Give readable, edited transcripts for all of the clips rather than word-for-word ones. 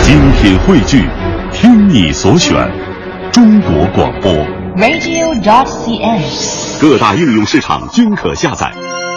精品汇聚，听你所选，中国广播 radio.cn， 各大应用市场均可下载。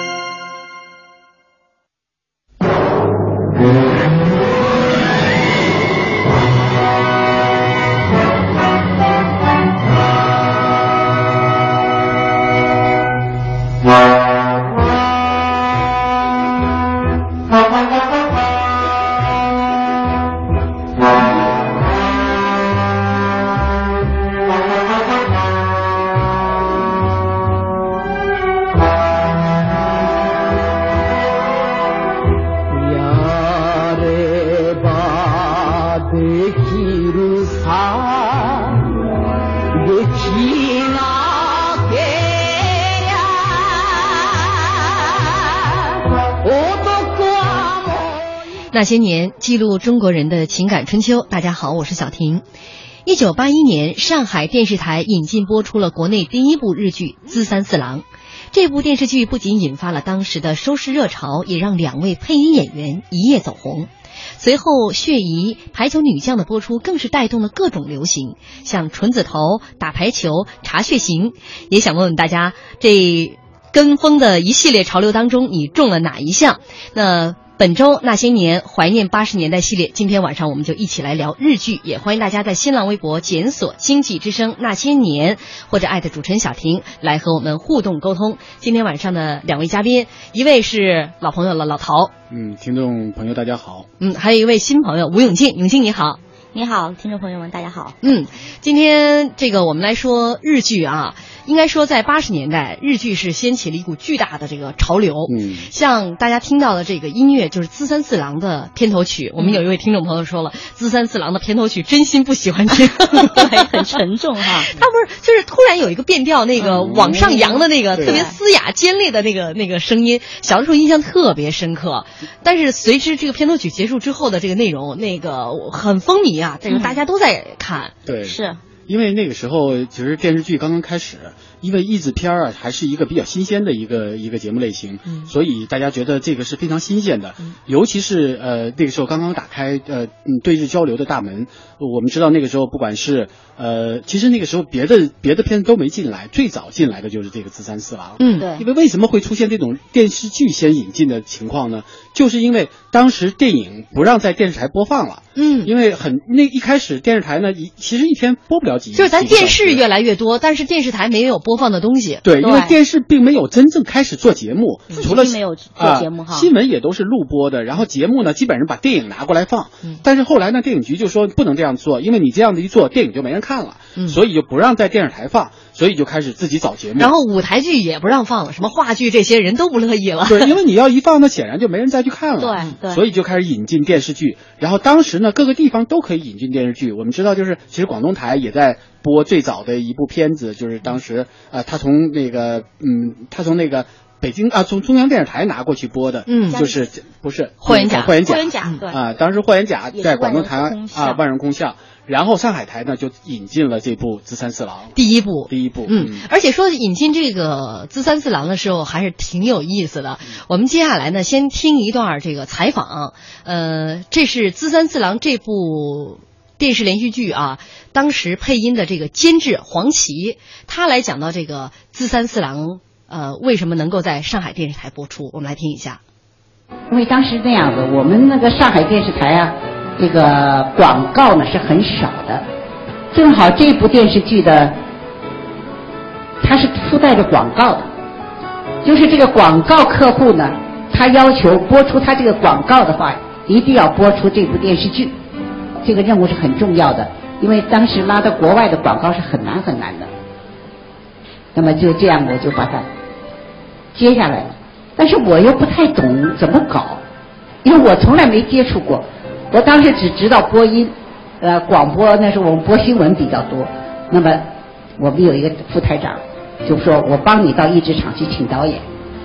那些年，记录中国人的情感春秋。大家好，我是小婷。1981年，上海电视台引进播出了国内第一部日剧《资三四郎》。这部电视剧不仅引发了当时的收视热潮，也让两位配音演员一夜走红。随后，《血疑》《排球女将》的播出，更是带动了各种流行，像纯子头、打排球、查血型。也想问问大家，这跟风的一系列潮流当中，你中了哪一项？那本周那些年怀念80年代系列，今天晚上我们就一起来聊日剧，也欢迎大家在新浪微博检索经济之声那些年，或者艾特主持人小婷来和我们互动沟通。今天晚上的两位嘉宾，一位是老朋友了，老陶。 听众朋友大家好。 还有一位新朋友吴永进，永进你好。 你好，听众朋友们大家好。 今天这个我们来说日剧啊，应该说在80年代，日剧是掀起了一股巨大的这个潮流。像大家听到的这个音乐就是资三四郎的片头曲。我们有一位听众朋友说了，资三四郎的片头曲真心不喜欢听， 对，很沉重哈。 他不是就是突然有一个变调，那个往上扬的那个特别嘶哑尖烈的那个声音，小的时候印象特别深刻。但是随之这个片头曲结束之后的这个内容，那个很风靡啊，这个大家都在看。 对， 是。 因为那个时候其实电视剧刚刚开始，因为译制片啊还是一个比较新鲜的一个节目类型，所以大家觉得这个是非常新鲜的。尤其是那个时候刚刚打开对日交流的大门。我们知道那个时候不管是其实那个时候别的片子都没进来，最早进来的就是这个资三四郎。 对。 因为为什么会出现这种电视剧先引进的情况呢？就是因为当时电影不让在电视台播放了。因为那一开始电视台呢，其实一天播不了几， 就是咱电视越来越多，但是电视台没有播放的东西。 对，因为电视并没有真正开始做节目，除了没有做节目哈， 新闻也都是录播的，然后节目呢基本上把电影拿过来放。但是后来呢，电影局就说不能这样做，因为你这样的一做，电影就没人看了，所以就不让在电视台放，所以就开始自己找节目。 然后舞台剧也不让放了，什么话剧这些人都不乐意了。 对，因为你要一放，那显然就没人再去看了。 对， 所以就开始引进电视剧。然后当时呢，各个地方都可以引进电视剧。我们知道，就是其实广东台也在播最早的一部片子，就是当时他从那个北京从中央电视台拿过去播的，就是不是霍元甲， 对当时霍元甲在广东台万人空巷。然后上海台呢就引进了这部《资三四郎》第一部。 而且说引进这个《资三四郎》的时候还是挺有意思的。我们接下来呢先听一段这个采访，这是《资三四郎》这部电视连续剧啊，当时配音的这个监制黄琦，他来讲到这个《资三四郎》为什么能够在上海电视台播出，我们来听一下。 因为当时这样子，我们那个上海电视台啊，这个广告呢是很少的，正好这部电视剧的它是附带着广告的，就是这个广告客户呢，他要求播出他这个广告的话，一定要播出这部电视剧，这个任务是很重要的，因为当时拉到国外的广告是很难的。那么就这样我就把它接下来了，但是我又不太懂怎么搞，因为我从来没接触过。我当时只知道播音，广播那时候我们播新闻比较多。那么我们有一个副台长，就说我帮你到译制厂去请导演。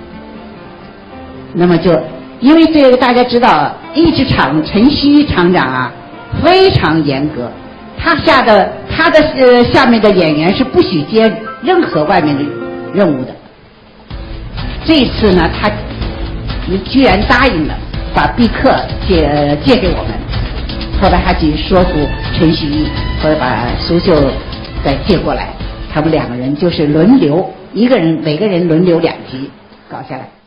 那么就因为这个大家知道，译制厂陈曦厂长啊非常严格，他的下面的演员是不许接任何外面的任务的。这次呢，他居然答应了。把毕克借给我们， 后来他去说服陈许义，后来把苏绣再借过来，他们两个人就是轮流，每个人轮流2集搞下来。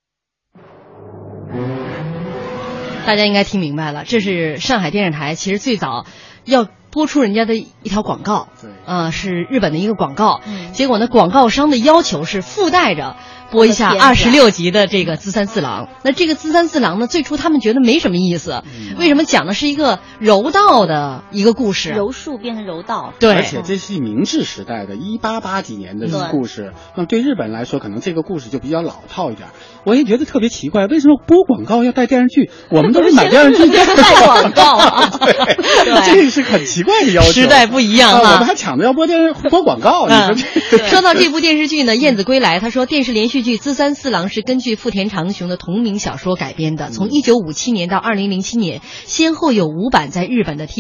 大家应该听明白了，这是上海电视台其实最早要播出人家的一条广告，是日本的一个广告，结果呢，广告商的要求是附带着播一下26集的这个资三四郎。那这个资三四郎呢，最初他们觉得没什么意思，为什么讲的是一个柔道的一个故事， 柔术变成柔道， 对， 而且这是明治时代的1880几年的故事，那对日本来说，可能这个故事就比较老套一点。我也觉得特别奇怪，为什么播广告要带电视剧？我们都是买电视剧带广告啊， 对，这个是很奇怪的要求。 时代不一样啊， 我们还抢着要播广告。你说说到这部电视剧呢，燕子归来他说，电视连续剧《资三四郎》是根据富田长雄的同名小说改编的，从1957年到2007年，先后有5版在日本的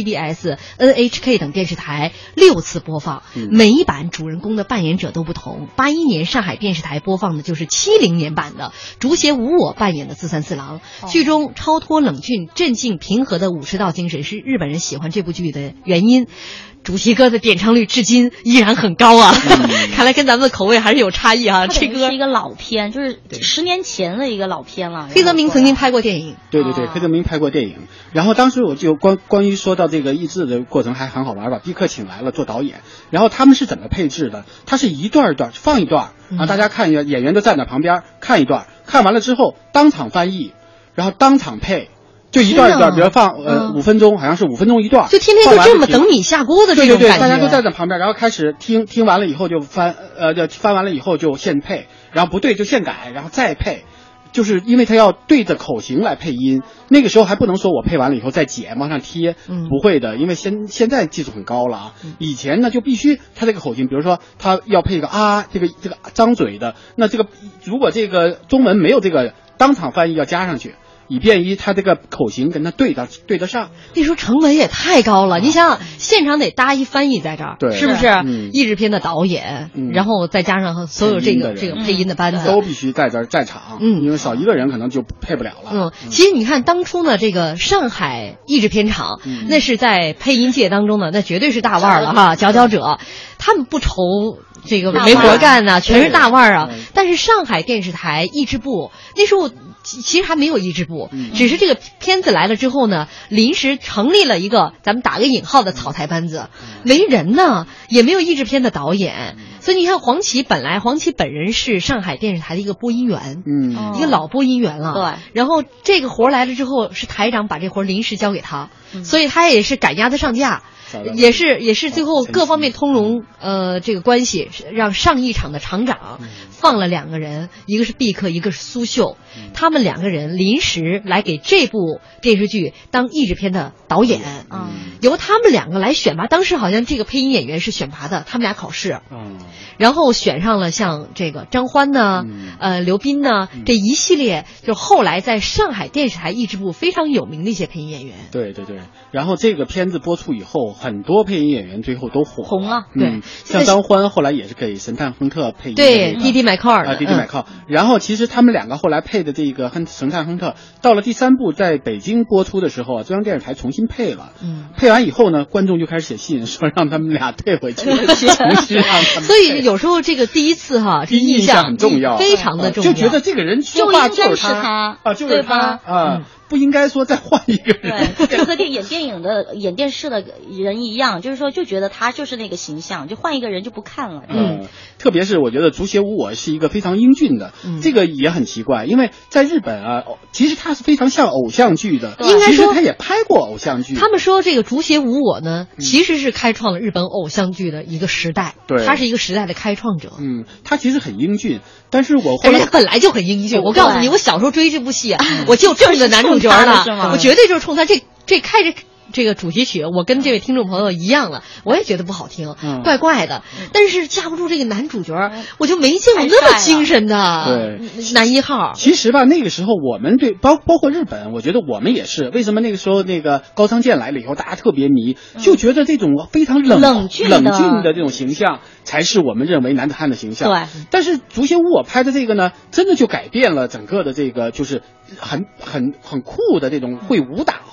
TBS、NHK 等电视台6次播放，每一版主人公的扮演者都不同。81年上海电视台播放的就是70年版的竹协无我扮演的资三四郎。剧中超脱冷峻、镇静平和的武士道精神是日本人喜欢这部剧的原因。主题歌的点唱率至今依然很高啊，看来跟咱们的口味还是有差异啊。这歌是一个老片，就是10年前的一个老片了。 黑泽明曾经拍过电影， 对，黑泽明拍过电影。然后当时我就关于说到这个译制的过程还很好玩吧，毕克请来了做导演，然后他们是怎么配置的？他是一段一段放一段，然后大家看一下，演员都站在旁边看一段，看完了之后当场翻译，然后当场配。就一段一段，比如放5分钟，好像是5分钟一段， 就天天就这么等米下锅的这种感觉。 对，大家都站在旁边，然后开始听完了以后就翻完了以后就现配，然后不对就现改，然后再配，就是因为他要对着口型来配音。那个时候还不能说我配完了以后再剪往上贴，不会的，因为现在技术很高了啊。以前呢就必须他这个口型，比如说他要配一个这个张嘴的，那这个如果这个中文没有这个当场翻译要加上去。以便于他这个口型跟他对得上。 那时候成本也太高了，你想想，现场得搭一翻译在这儿， 对， 是不是？译制片的导演，然后再加上所有这个配音的班子， 都必须在这儿在场，因为少一个人可能就配不了了。 其实你看当初呢，这个上海译制片厂，那是在配音界当中呢，那绝对是大腕了哈，佼佼者，他们不愁这个没活干呐，全是大腕啊。但是上海电视台译制部那时候其实还没有译制部，只是这个片子来了之后呢，临时成立了一个咱们打个引号的草台班子，没人呢，也没有译制片的导演。所以你看黄琦本人是上海电视台的一个播音员，一个老播音员了。 对。 然后这个活来了之后，是台长把这活临时交给他，所以他也是赶鸭子上架。也是最后各方面通融，这个关系让上一场的厂长放了2个人，一个是毕克，一个是苏绣，他们2个人临时来给这部电视剧当译制片的导演，由他们2个来选拔。当时好像这个配音演员是选拔的，他们俩考试，然后选上了像这个张欢呢，刘斌呢，这一系列就后来在上海电视台译制部非常有名的一些配音演员。 对，然后这个片子播出以后，很多配音演员最后都红了。 对， 像张欢后来也是给神探亨特配音。 对，弟弟买靠尔弟弟买靠。然后其实他们2个后来配的这个神探亨特，到了第3部在北京播出的时候，中央电视台重新配了。配完以后呢，观众就开始写信说让他们俩退回去，重新让他们配。 所以有时候这个第一次哈，这印象很重要， 非常的重要。 就觉得这个人说话就是他啊，就是他啊。不应该说再换一个人， 对，就和演电影的、演电视的人一样，就是说就觉得他就是那个形象，就换一个人就不看了。 特别是我觉得竹协无我是一个非常英俊的，这个也很奇怪，因为在日本啊，其实他是非常像偶像剧的， 应该说他也拍过偶像剧。 他们说这个竹协无我呢，其实是开创了日本偶像剧的一个时代， 对， 他是一个时代的开创者。 他其实很英俊，但是我后来本来就很英俊。我告诉你，我小时候追这部戏，我就冲着男主角了，我绝对就是冲他。这开着这个主题曲，我跟这位听众朋友一样了，我也觉得不好听，怪怪的。但是架不住这个男主角，我就没见过那么精神的男一号。 其实吧，那个时候我们对包括日本，我觉得我们也是。为什么那个时候那个高仓健来了以后，大家特别迷，就觉得这种非常冷峻的这种形象才是我们认为男子汉的形象。 对。 但是竹协无我拍的这个呢，真的就改变了整个的这个，就是很酷的这种会武打。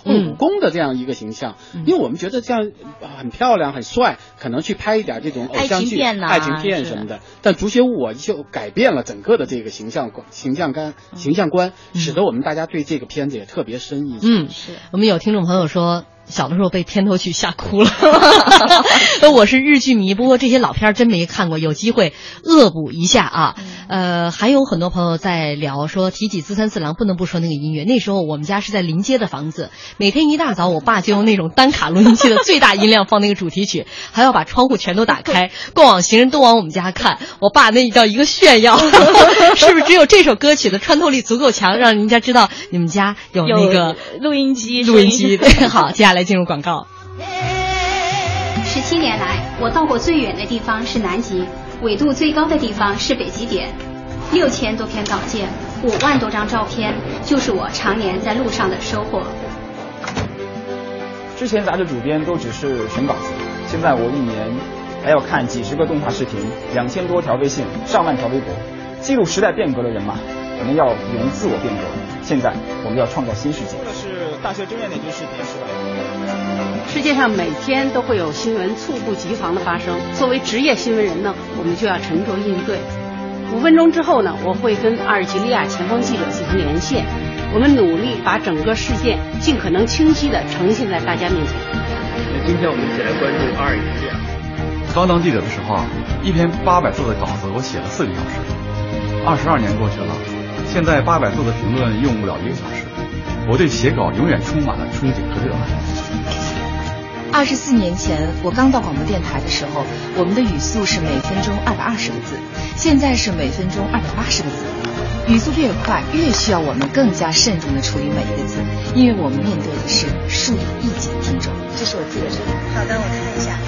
武功的这样一个形象，因为我们觉得这样很漂亮很帅，可能去拍一点这种偶像剧、爱情片什么的。但竹学武就改变了整个的这个形象观，使得我们大家对这个片子也特别深印象。 是我们有听众朋友说，小的时候被片头曲吓哭了。我是日剧迷，不过这些老片真没看过，有机会恶补一下啊。还有很多朋友在聊说，提起资三四郎不能不说那个音乐。那时候我们家是在临街的房子，每天一大早我爸就用那种单卡录音器的最大音量放那个主题曲，还要把窗户全都打开，过往行人都往我们家看。我爸那叫一个炫耀。是不是只有这首歌曲的穿透力足够强，让人家知道你们家有那个录音机？ 对，好，接下来进入广告。 17年来，我到过最远的地方是南极，纬度最高的地方是北极点，6000多篇稿件，5万多张照片，就是我常年在路上的收获。 之前杂志主编都只是选稿子，现在我一年还要看几十个动画视频，2000多条微信，上万条微博，记录时代变革的人嘛，我们要勇于自我变革。现在我们要创造新世界。这是大学争艳那支视频是吧？ 世界上每天都会有新闻猝不及防的发生，作为职业新闻人呢，我们就要沉着应对。5分钟之后呢，我会跟阿尔及利亚前锋记者进行连线，我们努力把整个事件尽可能清晰地呈现在大家面前。 今天我们一起来关注阿尔及利亚。 刚当记者的时候一篇800字的稿子我写了4个小时，22年过去了，现在800字的评论用不了1个小时。我对写稿永远充满了憧憬和热爱。 24年前，我刚到广播电台的时候，我们的语速是每分钟220个字，现在是每分钟280个字。语速越快，越需要我们更加慎重地处理每一个字，因为我们面对的是数以亿计的听众。这是我记的这个。好的，我看一下。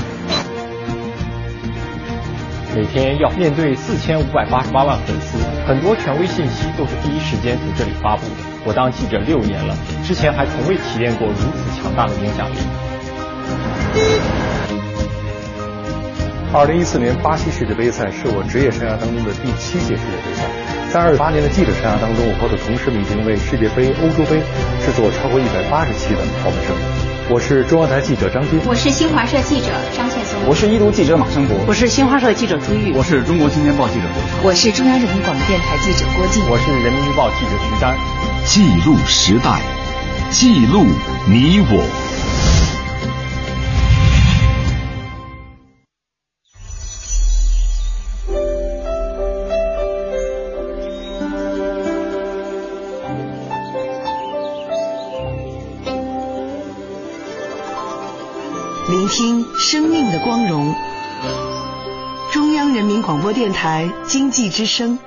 每天要面对4588万粉丝，很多权威信息都是第一时间从这里发布的。我当记者6年了，之前还从未体验过如此强大的影响力。 2014年巴西世界杯赛是我职业生涯当中的第7届世界杯赛。在28年的记者生涯当中，我和我的同事们已经为世界杯、欧洲杯制作超过180期的跑本生。我是中央台记者张军， 我是新华社记者张倩松， 我是一读记者马胜国， 我是新华社记者朱玉， 我是中国青年报记者刘畅， 我是中央人民广播电台记者郭靖， 我是人民日报记者徐丹。 记录时代，记录你我。 聆听生命的光荣。中央人民广播电台经济之声。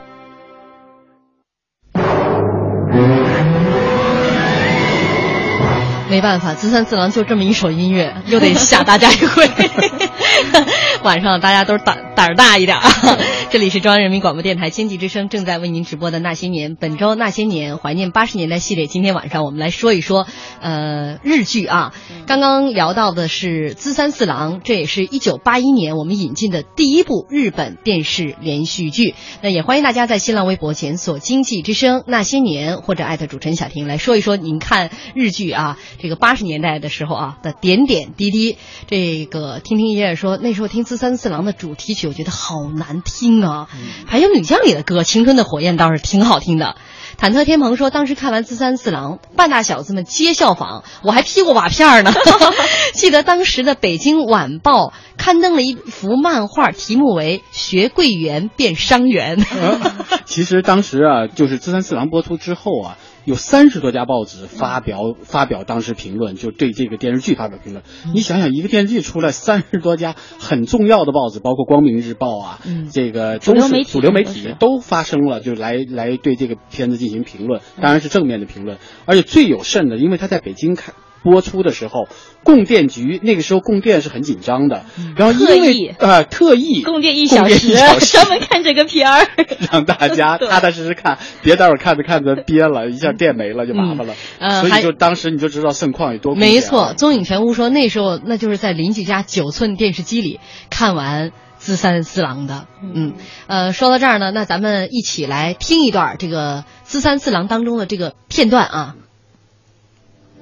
没办法，资三四郎就这么一首音乐，又得吓大家一回。晚上大家都胆儿大一点啊！这里是中央人民广播电台经济之声正在为您直播的那些年，本周那些年怀念80年代系列。今天晚上我们来说一说日剧啊。刚刚聊到的是资三四郎，这也是1981年我们引进的第一部日本电视连续剧。那也欢迎大家在新浪微博检索经济之声那些年，或者艾特主持人小婷来说一说您看日剧啊，这个80年代的时候啊的点点滴滴。这个听听爷爷说，那时候听资三四郎的主题曲我觉得好难听啊，还有女将里的歌《青春的火焰》倒是挺好听的。忐忑天鹏说，当时看完资三四郎，半大小子们皆效仿，我还批过瓦片呢。记得当时的北京晚报刊登了一幅漫画，题目为学柜员变伤员。 其实当时啊，就是资三四郎播出之后啊，有30多家报纸发表当时评论，就对这个电视剧发表评论。你想想，一个电视剧出来30多家很重要的报纸，包括光明日报啊，这个主流媒体都发声了，就来对这个片子进行评论，当然是正面的评论。而且最有甚的，因为他在北京播出的时候，供电局那个时候供电是很紧张的，然后因为特意供电1小时专门看这个片儿， 让大家踏踏实实看，别待会儿看着憋了一下电没了就麻烦了。所以就当时你就知道盛况有多。 没错，宗影全屋说那时候那就是在邻居家9寸电视机里看完资三四郎的。说到这儿呢，那咱们一起来听一段这个资三四郎当中的这个片段啊。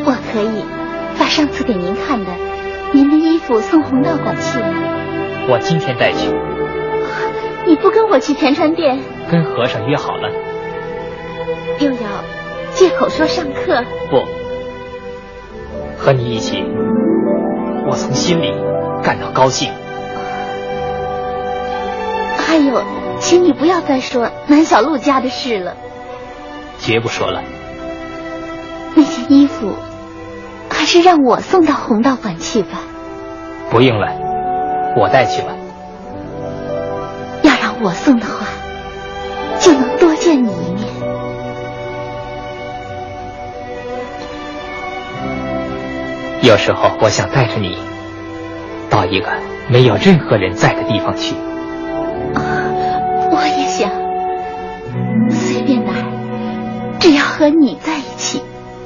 我可以把上次给您看的您的衣服送红道馆去吗？ 我今天带去。 你不跟我去田川店？ 跟和尚约好了。 又要借口说上课？ 不，和你一起，我从心里感到高兴。 还有，请你不要再说南小璐家的事了。 绝不说了。 那件衣服还是让我送到红道馆去吧。 不用了，我带去吧。 要让我送的话，就能多见你一面。 有时候我想带着你到一个没有任何人在的地方去。 我也想，随便哪儿，只要和你在一起。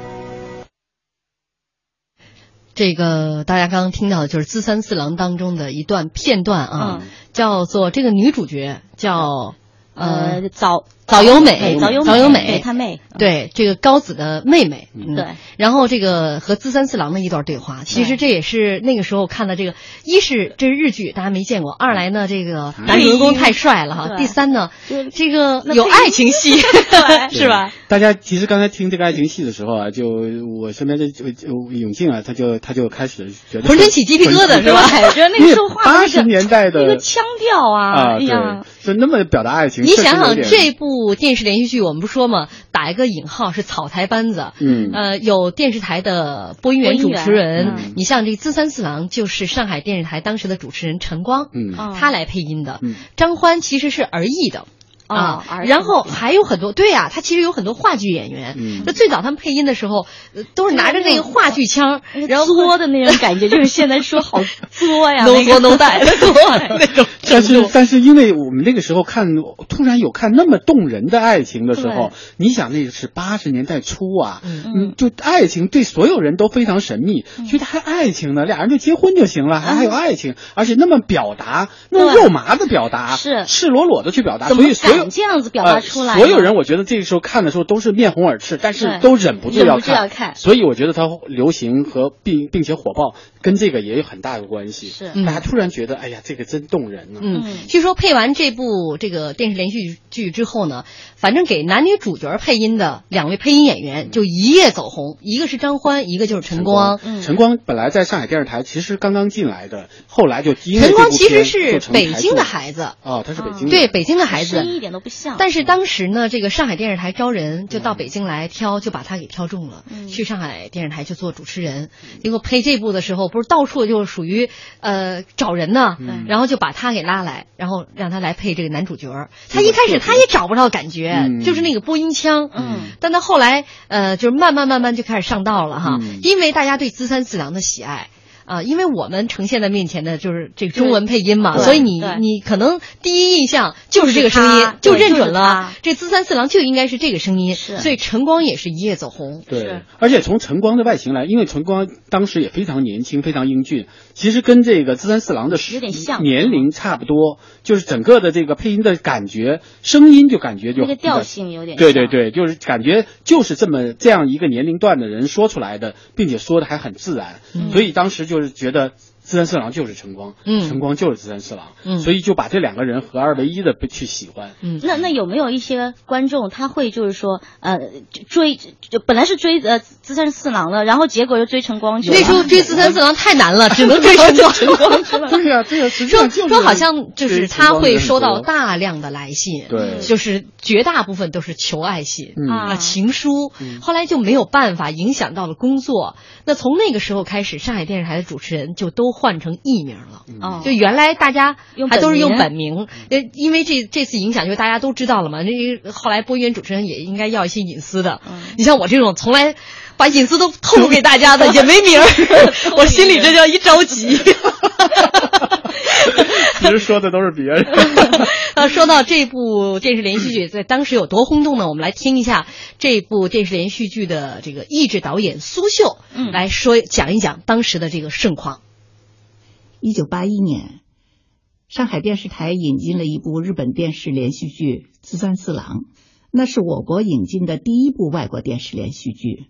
这个大家刚刚听到的就是《资三四郎》当中的一段片段啊，叫做这个女主角叫早由美， 对她妹， 对这个高子的妹妹， 对。 然后这个和资三四郎的一段对话，其实这也是那个时候看的这个，一是这是日剧，大家没见过；二来呢，这个男主人公太帅了哈；第三呢，这个有爱情戏，是吧？ 大家其实刚才听这个爱情戏的时候啊，就我身边的永静啊，他就开始觉得浑身起鸡皮疙瘩，是吧？ 觉得那个说话 80年代的那个腔调啊，哎呀， 就那么表达爱情。 你想想这部电视连续剧，我们不说嘛，打一个引号是草台班子，有电视台的播音员主持人，你像这个资三四郎就是上海电视台当时的主持人陈光，他来配音的，张欢其实是儿艺的。然后还有很多，对呀，他其实有很多话剧演员。就最早他们配音的时候，都是拿着那个话剧腔，然后作的那种感觉，就是现在说好作呀 ，no 作 no die 那种。 但是因为我们那个时候突然有看那么动人的爱情的时候，你想那是80年代初啊，就爱情对所有人都非常神秘，觉得还爱情呢，俩人就结婚就行了，还有爱情，而且那么表达，那么肉麻的表达， 是赤裸裸的去表达，所以这样子表达出来， 所有人我觉得这个时候看的时候都是面红耳赤，但是都忍不住要看。所以我觉得它流行和并且火爆跟这个也有很大的关系。 是， 大家突然觉得，哎呀，这个真动人呢。 据说配完这部这个电视连续剧之后呢，反正给男女主角配音的2位配音演员就一夜走红，一个是张欢，一个就是陈光。 陈光本来在上海电视台其实刚刚进来的，后来就因为陈光其实是北京的孩子他是北京的， 对北京的孩子， 声音一点都不像。 但是当时呢，这个上海电视台招人，就到北京来挑，就把他给挑中了，去上海电视台就做主持人。结果配这部的时候，不是到处就属于找人呢，然后就把他给拉来，然后让他来配这个男主角。他一开始他也找不着感觉，就是那个播音腔，但他后来就是慢慢就开始上道了哈，因为大家对资三四郎的喜爱。因为我们呈现在面前的就是这个中文配音嘛，所以你可能第一印象就是这个声音，就认准了这资三四郎就应该是这个声音，所以陈光也是一夜走红。 对，而且从陈光的外形来，因为陈光当时也非常年轻，非常英俊，其实跟这个资三四郎的有点像， 年龄差不多，就是整个的这个配音的感觉，声音就感觉就那个调性有点像。 对，就是感觉就是这样一个年龄段的人说出来的，并且说的还很自然，所以当时就是觉得资三四郎就是陈光，陈光就是资三四郎，所以就把这2个人合二为一的去喜欢。 那有没有一些观众他会就是说本来是追资三四郎了，然后结果又追陈光去了？ 那时候追资三四郎太难了，只能追陈光。 对呀，这个实际上就是说好像就是他会收到大量的来信， 对， 就是绝大部分都是求爱信情书，后来就没有办法，影响到了工作。那从那个时候开始，上海电视台的主持人就都换成艺名了，就原来大家还都是用本名，因为这次影响，就是大家都知道了嘛。那后来播音员主持人也应该要一些隐私的，你像我这种从来把隐私都透露给大家的也没名儿，我心里这叫一着急。 其实说的都是别人。 说到这部电视连续剧在当时有多轰动呢？我们来听一下这部电视连续剧的这个译制导演苏秀来讲一讲当时的这个盛况。 1981年，上海电视台引进了一部日本电视连续剧《资三四郎》，那是我国引进的第一部外国电视连续剧，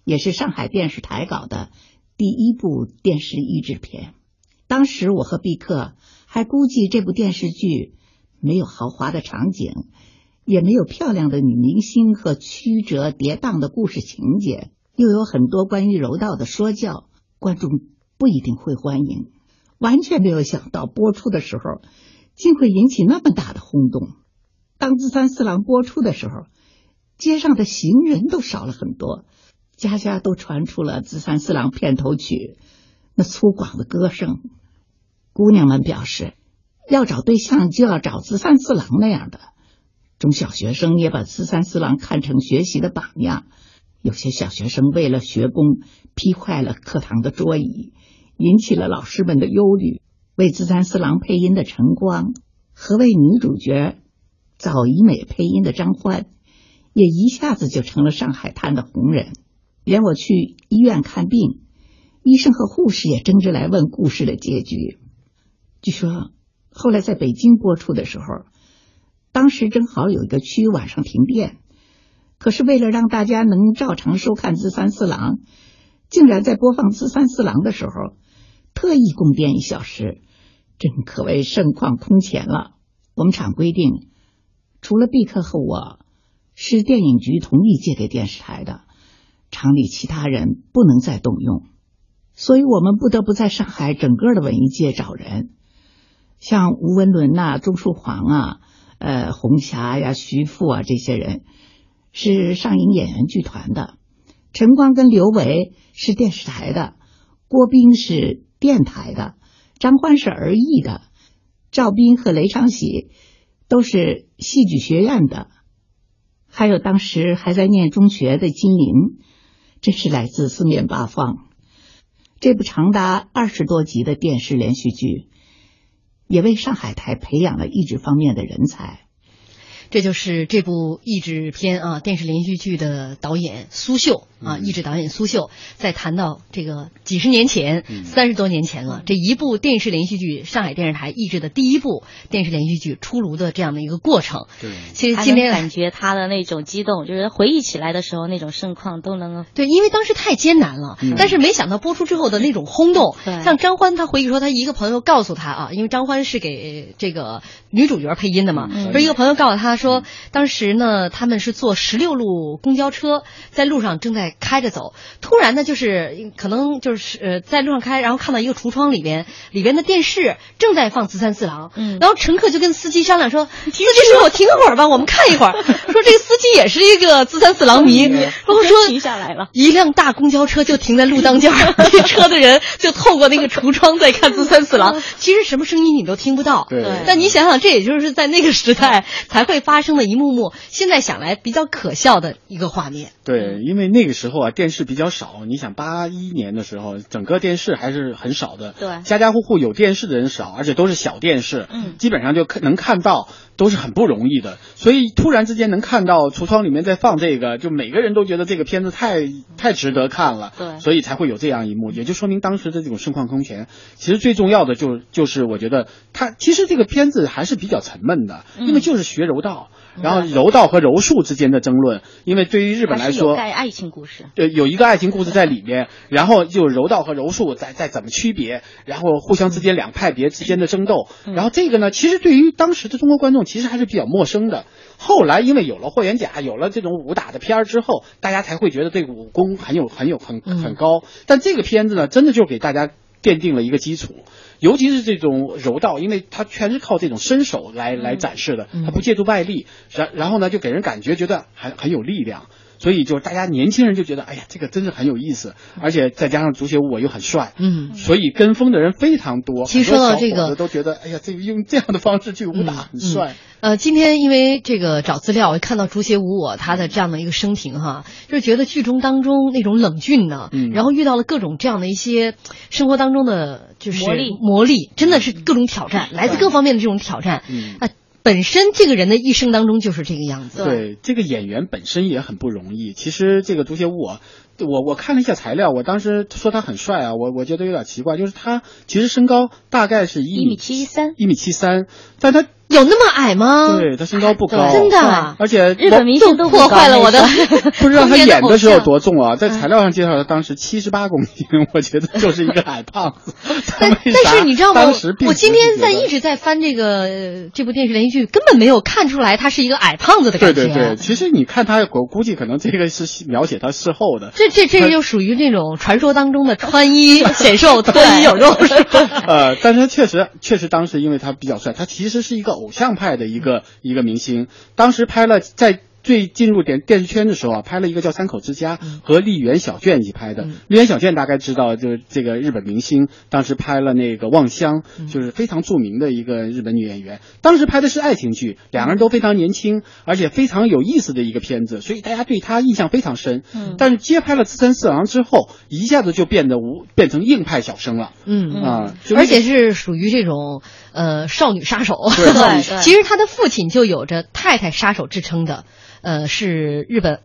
也是上海电视台搞的第一部电视译制片。当时我和毕克还估计这部电视剧没有豪华的场景，也没有漂亮的女明星和曲折跌宕的故事情节，又有很多关于柔道的说教，观众不一定会欢迎。完全没有想到播出的时候竟会引起那么大的轰动。当《资三四郎》播出的时候，街上的行人都少了很多，家家都传出了《资三四郎》片头曲那粗犷的歌声。姑娘们表示，要找对象就要找资三四郎那样的。中小学生也把资三四郎看成学习的榜样，有些小学生为了学功劈坏了课堂的桌椅，引起了老师们的忧虑。为资三四郎配音的陈光和为女主角早乙美配音的张欢也一下子就成了上海滩的红人。连我去医院看病，医生和护士也争着来问故事的结局。据说后来在北京播出的时候，当时正好有一个区晚上停电，可是为了让大家能照常收看资三四郎，竟然在播放资三四郎的时候特意供电1小时，真可谓盛况空前了。我们厂规定，除了毕克和我是电影局同意借给电视台的，厂里其他人不能再动用，所以我们不得不在上海整个的文艺界找人，像吴文伦呐、钟树煌啊、红霞呀、徐富啊，这些人是上影演员剧团的，陈光跟刘维是电视台的，郭斌是电台的，张欢是儿艺的，赵斌和雷长喜都是戏剧学院的，还有当时还在念中学的金玲，真是来自四面八方。这部长达20多集的电视连续剧也为上海台培养了译制方面的人才。 这就是这部译制片啊，电视连续剧的导演苏秀啊，译制导演苏秀，在谈到这个几十年前，30多年前了，这一部电视连续剧，上海电视台译制的第一部电视连续剧出炉的这样的一个过程。 对， 其实今天感觉他的那种激动，就是回忆起来的时候那种盛况都能对，因为当时太艰难了，但是没想到播出之后的那种轰动。像张欢他回忆说，他一个朋友告诉他啊，因为张欢是给这个女主角配音的嘛，说一个朋友告诉他说，当时呢他们是坐16路公交车，在路上正在开着走，突然呢就是可能就是在路上开，然后看到一个橱窗里边的电视正在放资三四郎，然后乘客就跟司机商量说，司机说我停会儿吧，我们看一会儿。说这个司机也是一个资三四郎迷，然后说停下来了， 一辆大公交车就停在路当间，这车的人就透过那个橱窗在看资三四郎，其实什么声音你都听不到。 对， 但你想想，这也就是在那个时代才会发生的一幕幕，现在想来比较可笑的一个画面。 对，因为那个时候啊，电视比较少。你想81年的时候，整个电视还是很少的。 对， 家家户户有电视的人少，而且都是小电视。基本上就能看到，都是很不容易的。所以突然之间能看到橱窗里面在放这个，就每个人都觉得这个片子太值得看了。 对， 所以才会有这样一幕，也就说明当时的这种盛况空前。其实最重要的就是我觉得其实这个片子还是比较沉闷的，因为就是学柔道。然后柔道和柔术之间的争论，因为对于日本来说， 有爱情故事， 对，有一个爱情故事在里面，然后就柔道和柔术在怎么区别，然后互相之间两派别之间的争斗，然后这个呢，其实对于当时的中国观众其实还是比较陌生的。后来因为有了霍元甲，有了这种武打的片儿之后，大家才会觉得这个武功很高。但这个片子呢，真的就给大家奠定了一个基础。尤其是这种柔道，因为它全是靠这种身手来展示的，它不借助外力，然后呢就给人感觉觉得很有力量，所以就大家年轻人就觉得，哎呀，这个真是很有意思，而且再加上足协舞我又很帅，所以跟风的人非常多。 其实说到这个， 都觉得，哎呀，这个用这样的方式去武打很帅。 今天因为这个找资料，我看到足协舞我他的这样的一个生平哈，就是觉得剧中当中那种冷峻呢，然后遇到了各种这样的一些生活当中的就是磨砺，真的是各种挑战，来自各方面的这种挑战。本身这个人的一生当中就是这个样子。 对，这个演员本身也很不容易。其实这个足协舞我看了一下材料，我当时说他很帅啊，我觉得有点奇怪，就是他其实身高大概是1.73米，但他有那么矮吗？ 对，他身高不高， 真的， 而且日本明星都破坏了我的不知道他演的时候有多重啊，在材料上介绍他当时78公斤，我觉得就是一个矮胖子。 但是你知道吗？我今天一直在翻这部电视连续剧，根本没有看出来他是一个矮胖子的感觉。 对，其实你看他，我估计可能这个是描写他事后的。 这就属于那种传说当中的穿衣显瘦，脱衣有肉，是吧？ 但是确实当时因为他比较帅，他其实是一个偶像派的一个明星，当时拍了在最进入电视圈的时候啊，拍了一个叫《三口之家》和丽媛小卷一起拍的。丽媛小卷大概知道，就是这个日本明星当时拍了那个《望乡》，就是非常著名的一个日本女演员。当时拍的是爱情剧，两个人都非常年轻，而且非常有意思的一个片子，所以大家对她印象非常深。但是接拍了《自三四郎》之后，一下子就变成硬派小生了。 而且是属于这种少女杀手。 对， 其实他的父亲就有着太太杀手之称的。是日本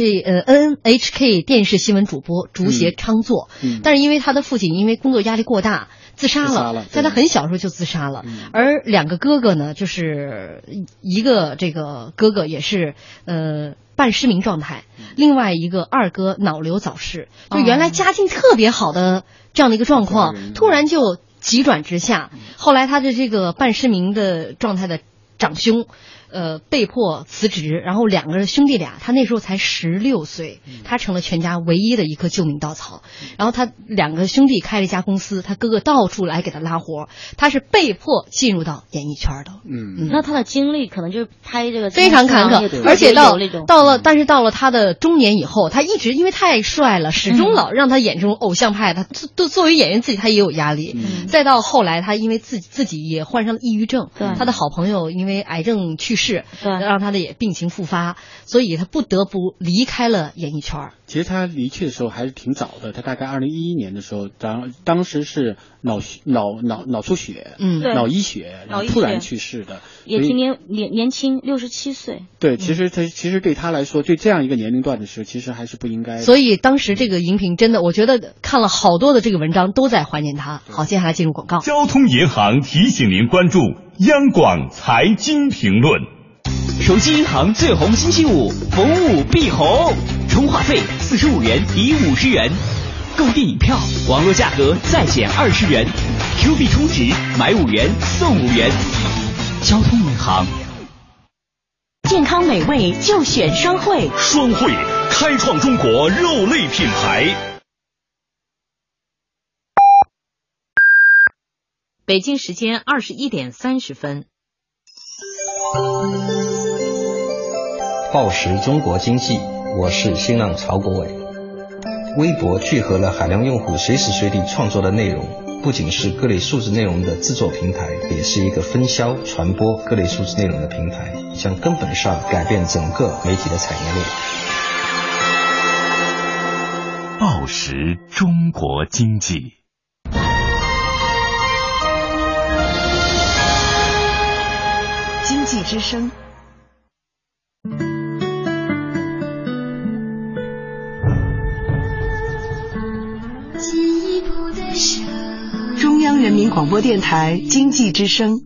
NHK 电视新闻主播竹胁昌作，但是因为他的父亲因为工作压力过大自杀了，在他很小时候就自杀了。而两个哥哥呢，就是一个这个哥哥也是半失明状态，另外一个二哥脑瘤早逝，就原来家境特别好的这样的一个状况，突然就急转直下。后来他的这个半失明的状态的长兄被迫辞职，然后两个兄弟俩，他那时候才16岁，他成了全家唯一的一颗救命稻草。然后他两个兄弟开了一家公司，他哥哥到处来给他拉活，他是被迫进入到演艺圈的。 那他的经历可能就是拍这个非常坎坷，而且但是到了他的中年以后，他一直因为太帅了，始终老让他演这种偶像派，他作为演员自己他也有压力。再到后来，他因为自己也患上了抑郁症，他的好朋友因为癌症去世，让他的也病情复发，所以他不得不离开了演艺圈。 其实他离去的时候还是挺早的，他大概2011年的时候，当时是脑出血，脑溢血，然后突然去世的， 也挺年轻，67岁。 对，其实对他来说，对这样一个年龄段的时候，其实还是不应该的。 所以当时这个荧屏真的，我觉得看了好多的这个文章都在怀念他。好，接下来进入广告。 交通银行提醒您关注央广财经评论。 手机银行最红星期五，逢五必红，充话费45元抵50元，购电影票网络价格再减20元，Q 币充值买5元送5元。交通银行。 健康美味就选双汇， 双汇开创中国肉类品牌。 北京时间21点30分。 报时中国经济，我是新浪曹国伟。微博聚合了海量用户随时随地创作的内容，不仅是各类数字内容的制作平台，也是一个分销传播各类数字内容的平台，将根本上改变整个媒体的产业链。 报时中国经济。 经济之声。中央人民广播电台经济之声。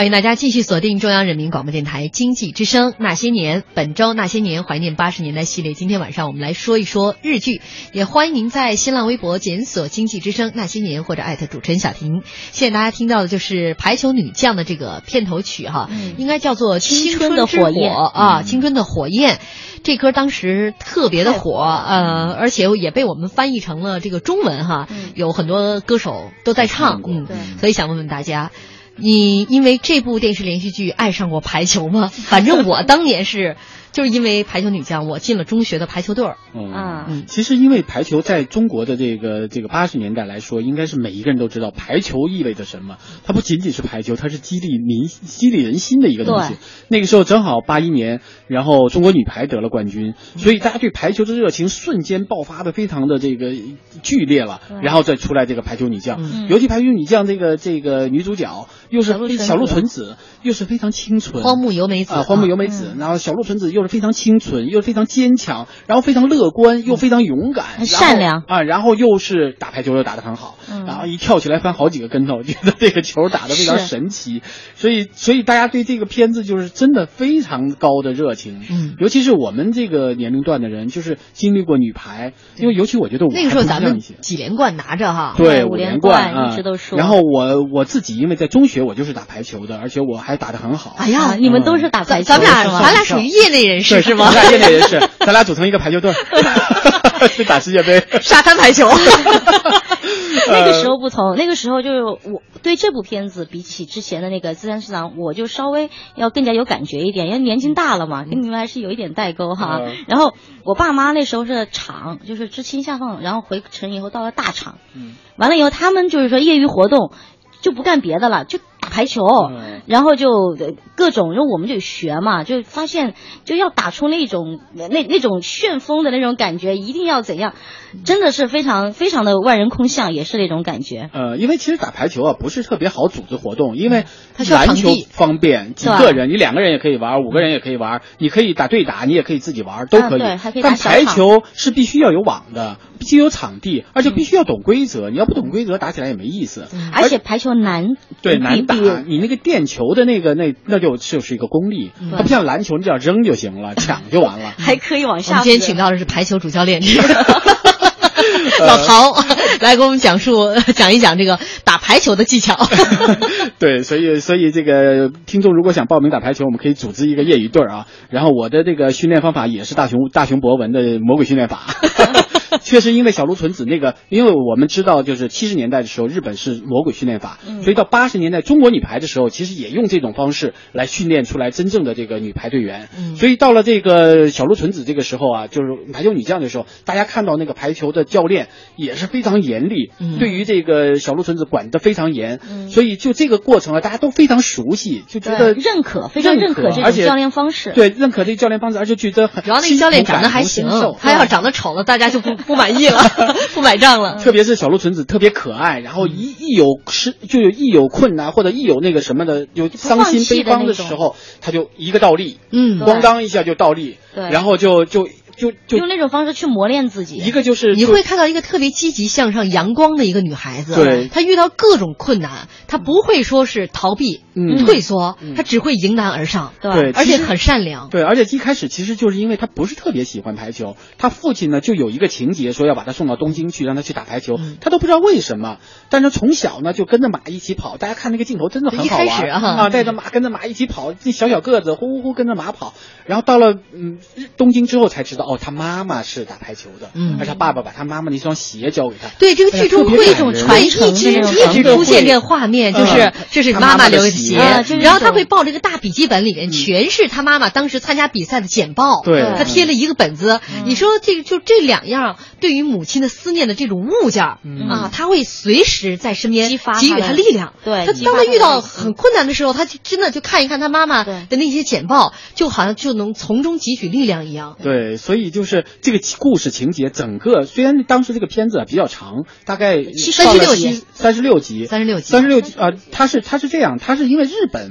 欢迎大家继续锁定中央人民广播电台经济之声那些年，本周那些年怀念80年代系列，今天晚上我们来说一说日剧，也欢迎您在新浪微博检索经济之声那些年或者艾特主持人小婷。现在大家听到的就是排球女将的这个片头曲哈，应该叫做青春的火焰啊，青春的火焰。这歌当时特别的火，而且也被我们翻译成了这个中文哈，有很多歌手都在唱，所以想问问大家，你因为这部电视连续剧爱上过排球吗？反正我当年就是因为排球女将，我进了中学的排球队儿。 其实因为排球在中国的这个80年代来说，应该是每一个人都知道排球意味着什么。它不仅仅是排球，它是激励人心的一个东西。那个时候正好81年，然后中国女排得了冠军，所以大家对排球的热情瞬间爆发的非常的这个剧烈了。然后再出来这个排球女将，尤其排球女将这个女主角又是小鹿纯子，又是非常清纯， 荒木由美子， 然后小鹿纯子又是非常清纯，又是非常坚强，然后非常乐观，又非常勇敢， 很善良啊，然后又是打排球又打得很好，然后一跳起来翻好几个跟头，觉得这个球打得非常神奇，所以大家对这个片子就是真的非常高的热情，尤其是我们这个年龄段的人，就是经历过女排，因为尤其我觉得那个时候咱们几连冠拿着哈， 对，5连冠一直都说。 然后我自己因为在中学我就是打排球的，而且我还打得很好。 哎呀，你们都是打排球， 咱俩属于业内人士是吗？ 咱俩业内人士，咱俩组成一个排球队，去打世界杯， 沙滩排球。 那个时候不同，那个时候就是我对这部片子比起之前的那个《自三四郎》，我就稍微要更加有感觉一点，因为年纪大了嘛，跟你们还是有一点代沟哈。然后我爸妈那时候是厂，就是知青下放，然后回城以后到了大厂，完了以后他们就是说业余活动就不干别的了，就打排球，然后就各种，因为我们就学嘛，就发现就要打出那种旋风的那种感觉，一定要怎样，真的是非常非常的万人空巷，也是那种感觉。 因为其实打排球啊不是特别好组织活动，因为篮球方便，几个人，你2个人也可以玩，5个人也可以玩，你可以打对打，你也可以自己玩，都可以。 对，还可以打小场。但排球是必须要有网的，必须有场地，而且必须要懂规则，你要不懂规则打起来也没意思。 而且排球难， 对，难打。你那个垫球的那就是一个功力，它不像篮球，你只要扔就行了，抢就完了。 还可以往下。 我们今天请到的是排球主教练老陶来给我们讲一讲这个打排球的技巧。 对，所以这个听众如果想报名打排球，我们可以组织一个业余队啊。然后我的这个训练方法也是大熊博文的魔鬼训练法。确实因为小鹿纯子因为我们知道就是70年代的时候日本是魔鬼训练法，所以到80年代中国女排的时候其实也用这种方式来训练出来真正的这个女排队员，所以到了这个小鹿纯子这个时候啊，就是排球女将的时候，大家看到那个排球的教练也是非常严厉，对于这个小鹿纯子管得非常严，所以就这个过程啊大家都非常熟悉，就觉得非常认可这种教练方式， 对，认可这个教练方式，而且觉得主要那个教练长得还行，他要长得丑了大家就不满意了。不买账了。 特别是小鹿纯子特别可爱，然后一有困难或者一有那个什么的有伤心悲伤的时候，他就一个倒立，咣当一下就倒立，然后就用那种方式去磨练自己。 一个就是你会看到一个特别积极向上阳光的一个女孩子， 对， 她遇到各种困难她不会说是逃避退缩，她只会迎难而上， 对， 而且很善良。 对，而且一开始其实就是因为她不是特别喜欢排球，她父亲呢就有一个情节说要把她送到东京去让她去打排球，她都不知道为什么，但是从小呢就跟着马一起跑，大家看那个镜头真的很好玩，一开始啊带着马跟着马一起跑，这小个子呼呼跟着马跑，然后到了东京之后才知道他妈妈是打排球的，而他爸爸把他妈妈那双鞋交给他。 对，这个剧中会一种传承，一直出现这个画面，就是这是妈妈留的鞋，然后他会抱这个大笔记本，里面全是他妈妈当时参加比赛的简报， 对， 他贴了一个本子。你说这2样对于母亲的思念的这种物件啊，他会随时在身边给予他力量。 对， 他当他遇到很困难的时候，他就真的就看一看他妈妈的那些简报，就好像就能从中汲取力量一样。 对，所以就是这个故事情节整个，虽然当时这个片子比较长，大概 36集啊，它是这样，它是因为日本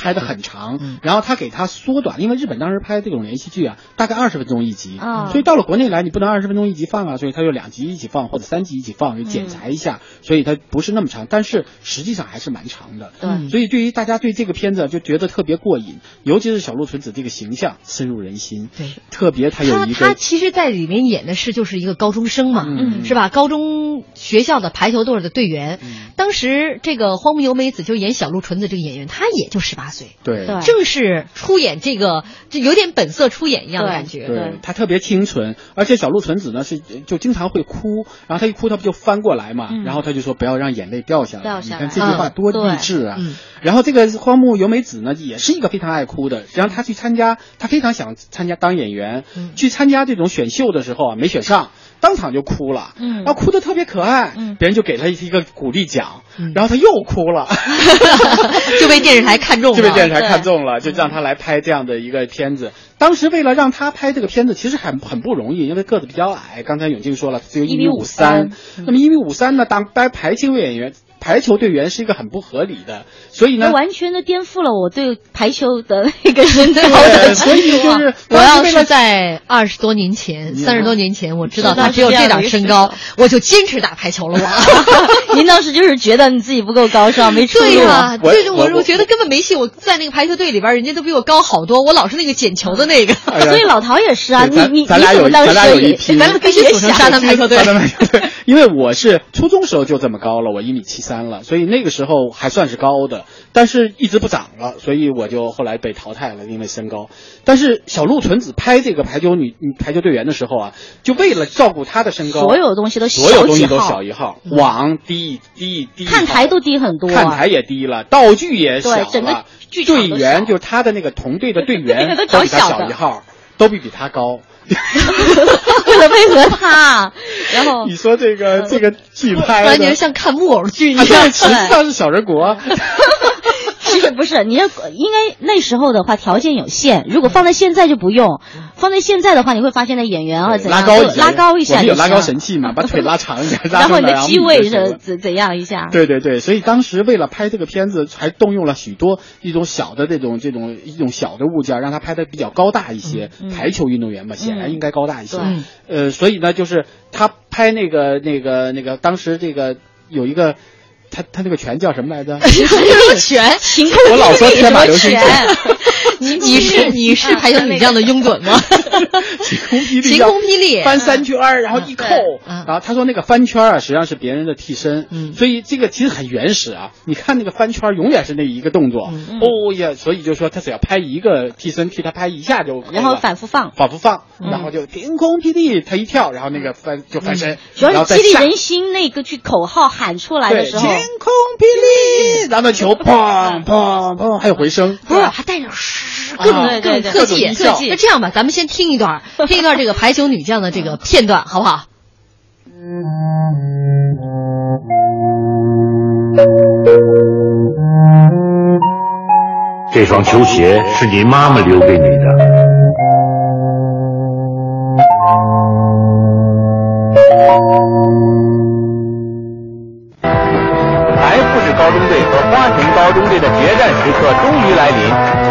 拍得很长，然后他给他缩短，因为日本当时拍这种连续剧啊，大概20分钟一集，所以到了国内来你不能20分钟一集放啊，所以他就2集一起放或者3集一起放，就剪裁一下，所以它不是那么长，但是实际上还是蛮长的。所以对于大家对这个片子就觉得特别过瘾，尤其是小鹿纯子这个形象深入人心。对，特别他有一个他其实在里面演的是就是一个高中生嘛，是吧？高中学校的排球队的队员。当时这个荒木由美子就演小鹿纯子这个演员，他也就18岁， 对， 正是出演这个就有点本色出演一样的感觉。 对，他特别清纯，而且小鹿纯子呢就经常会哭，然后他一哭他不就翻过来嘛，然后他就说不要让眼泪掉下来。你看这句话多励志啊！然后这个荒木由美子呢也是一个非常爱哭的，然后他非常想参加当演员，去参加这种选秀的时候啊没选上。当场就哭了，然后哭得特别可爱，别人就给他一个鼓励奖，然后他又哭了， 就被电视台看中了， 就让他来拍这样的一个片子。当时为了让他拍这个片子，其实很不容易，因为个子比较矮。刚才永静说了，只有1.53米，那么1.53米呢，当排球演员。排球队员是一个很不合理的，所以呢， 完全的颠覆了我对排球的那个身高的。 所以就是我要是在20多年前、30多年前，我知道他只有这点身高，我就坚持打排球了。 您当时就是觉得你自己不够高尚，没出路。 对呀，我觉得根本没戏。我在那个排球队里边，人家都比我高好多，我老是那个捡球的那个。 所以老陶也是啊， 咱俩有一批， 咱俩必须组成沙滩排球队。 因为我是初中时候就这么高了，我1.73米了，所以那个时候还算是高的，但是一直不长了，所以我就后来被淘汰了，因为身高。但是小鹿纯子拍这个排球队员的时候啊，就为了照顾她的身高， 所有东西都小 1号，网低， 看台都低很多， 看台也低了，道具也小了， 整个队员就是他的那个同队的队员都比他小1号，都比他高。 为了配合他，然后你说这个剧拍的完全像看木偶剧一样， 实际上是小人国。 其实不是，你要应该那时候的话条件有限，如果放在现在就不用。放在现在的话，你会发现那演员啊怎样拉高一下， 我们有拉高神器嘛，把腿拉长一点， 然后你的机位是怎样一下？ 对，所以当时为了拍这个片子，还动用了许多一种小的这种小的物件，让他拍的比较高大一些。排球运动员嘛，显然应该高大一些。所以呢，就是他拍那个，当时这个有一个。他那个拳叫什么来着？ 拳， 我老说天马流星拳。 你是排球女将的拥趸吗？晴空霹雳， 翻3圈，然后一扣。然后他说那个翻圈啊，实际上是别人的替身，所以这个其实很原始啊。你看那个翻圈，永远是那一个动作。哦呀，所以就说他只要拍一个替身替他拍一下就， 然后反复放， 然后就晴空霹雳，他一跳，然后那个翻身。 主要是激励人心，那个句口号喊出来的时候。 晴空霹雳，然后球砰砰砰，还有回声， 不是还带着各种特技。那这样吧，咱们先听一段这个排球女将的这个片段，好不好？ 这双球鞋是你妈妈留给你的。 高中队和花城高中队的决战时刻终于来临。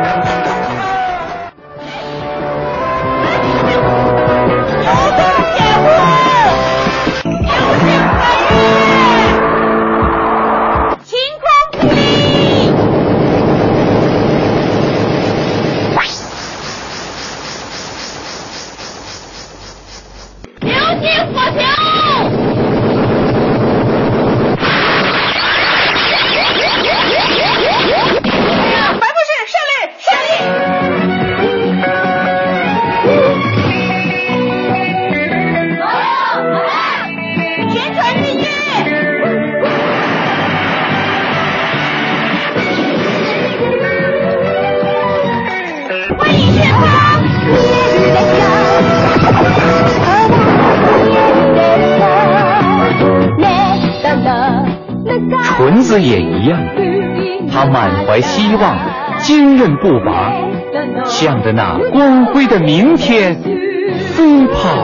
纯子也一样，他满怀希望，坚韧不拔，向着那光辉的明天飞跑。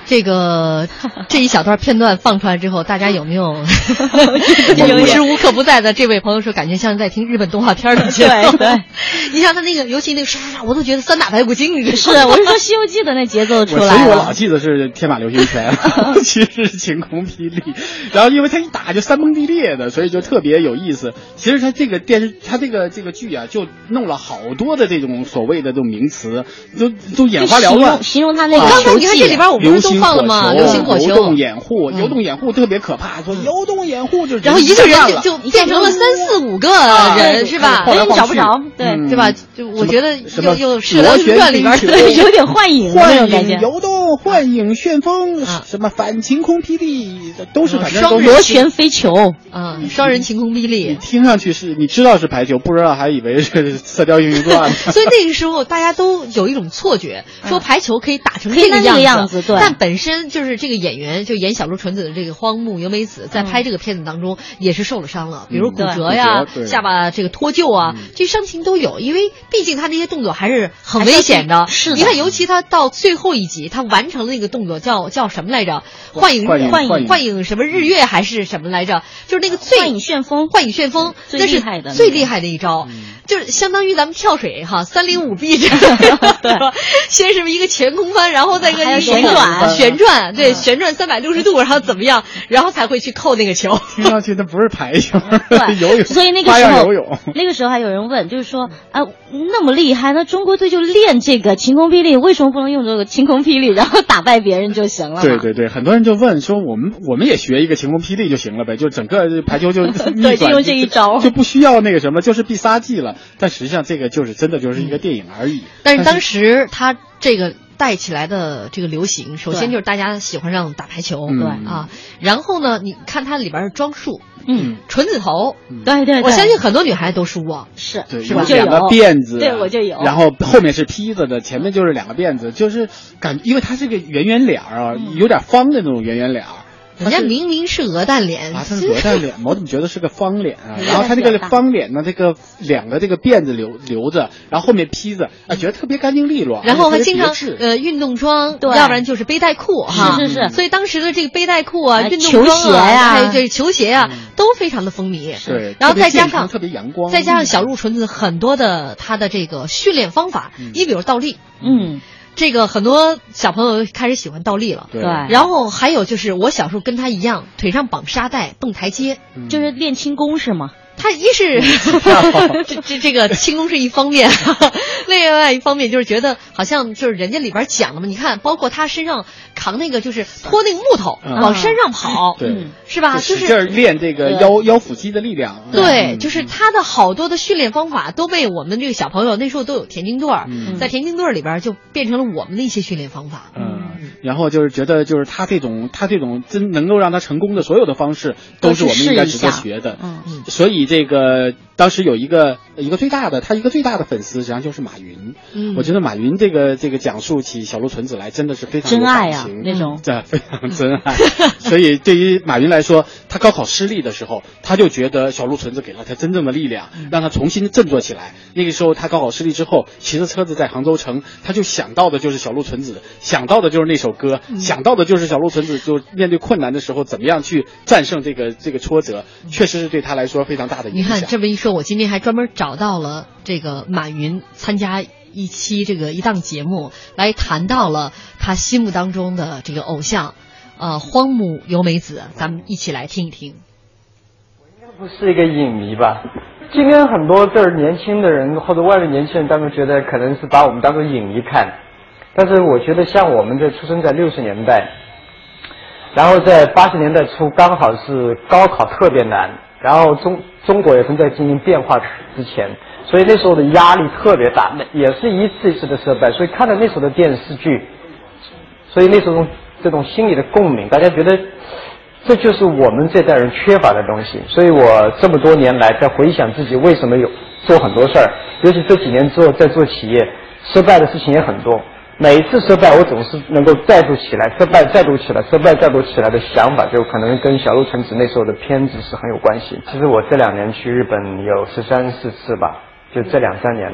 这一小段片段放出来之后，大家有没有无时无刻不在的？这位朋友说，感觉像是在听日本动画片的节奏。对，你像他那个，尤其那个唰，我都觉得三打白骨精。 是，我是说《西游记》的那节奏出来了。 所以我老记得是天马流星拳，其实是晴空霹雳。然后因为他一打就山崩地裂的，所以就特别有意思。其实他这个他这个剧啊，就弄了好多的这种所谓的这种名词，都眼花缭乱。 形容他那个刚才你看这里边我们不是都放了吗？流星火球、 游动掩护，游动掩护特别可怕，说游动掩护就然后一个人就变成了3、4、5个人，是吧？ 人找不着，对吧？就我觉得又《 射雕传》 里边有点幻影那种感觉， 游动、幻影、旋风，什么反晴空霹雳，都是反正都螺旋飞球啊，双人晴空霹雳。 你听上去是你知道是排球，不知道还以为是《射雕英雄传》。 所以那个时候大家都有一种错觉，说排球可以打成这个样子， 对。 但本身就是这个演员，就演小鹿纯子的这个荒木由美子，在拍这个片子当中也是受了伤了，比如骨折呀、下巴这个脱臼啊，这伤情都有。因为毕竟他那些动作还是很危险的。 是的， 你看，尤其他到最后一集，他完成了那个动作叫什么来着？幻影什么日月还是什么来着？就是那个幻影旋风， 那是最厉害的一招。就是相当于咱们跳水哈，305臂这对，先是一个前空翻，然后再一个旋转，对，旋转360度，然后怎么样，然后才会去扣那个球。 听上去那不是排球， 对， 游泳。 所以那个时候还有人问，就是说啊，那么厉害，那中国队就练这个晴空霹雳，为什么不能用这个晴空霹雳，然后打败别人就行了？ 对，很多人就问说，我们也学一个晴空霹雳就行了呗，就整个排球就对，就用这一招， 就不需要那个什么，就是必杀技了。但实际上这个真的就是一个电影而已。 但是当时他这个带起来的这个流行，首先就是大家喜欢上打排球，对啊，然后呢，你看它里边的装束，纯子头， 对， 我相信很多女孩子都梳过， 是吧？两个辫子， 对，我就有， 然后后面是披着的，前面就是两个辫子，就是因为它是个圆脸啊，有点方的那种圆脸。 人家明明是鹅蛋脸啊，它是鹅蛋脸，我怎么觉得是个方脸啊？然后它这个方脸呢，这个两个这个辫子留着，然后后面披着，觉得特别干净利落。 然后还经常运动装，要不然就是背带裤哈。 是。 所以当时的这个背带裤啊、运动装啊，还有这球鞋啊，都非常的风靡。 对。 然后再加上特别阳光， 再加上小鹿纯子很多的他的这个训练方法，你比如倒立，这个很多小朋友开始喜欢倒立了， 对。 然后还有就是我小时候跟他一样，腿上绑沙袋蹦台阶， 就是练轻功是吗？ 他一是这个轻功是一方面，另外一方面就是觉得好像就是人家里边讲了嘛，你看包括他身上扛那个就是拖那个木头往山上跑， 对， 是吧？ 就是练这个腰腹肌的力量。 对，就是他的好多的训练方法都被我们这个小朋友那时候都有田径队，在田径队里边就变成了我们的一些训练方法。 然后就是觉得就是他这种真能够让他成功的所有的方式都是我们应该值得学的。所以这个当时有一个最大的粉丝实际上就是马云。我觉得马云这个讲述起小鹿纯子来真的是非常有感情， 那种非常真爱。所以对于马云来说，他高考失利的时候，他就觉得小鹿纯子给了他真正的力量，让他重新振作起来。那个时候他高考失利之后，骑着车子在杭州城，他就想到的就是小鹿纯子，想到的就是那首歌，想到的就是小鹿纯子就面对困难的时候怎么样去战胜这个挫折，确实是对他来说非常大的影响。 你看这么一说，我今天还专门找到了这个马云参加一档节目，来谈到了他心目当中的这个偶像，荒木由美子，咱们一起来听一听。 我应该不是一个影迷吧？今天很多这儿年轻的人或者外面年轻人，他们觉得可能是把我们当作影迷看，但是我觉得像我们这出生在60年代，然后在80年代初刚好是高考特别难，然后中国也正在进行变化之前，所以那时候的压力特别大，也是一次一次的失败，所以看了那时候的电视剧，所以那时候这种心理的共鸣，大家觉得这就是我们这代人缺乏的东西。所以我这么多年来在回想自己为什么做很多事儿，尤其这几年之后在做企业，失败的事情也很多，每一次失败我总是能够再度起来，失败再度起来，失败再度起来的想法，就可能跟小鹿纯子那时候的片子是很有关系。其实我这2年去日本有13、14次吧，就这2、3年内，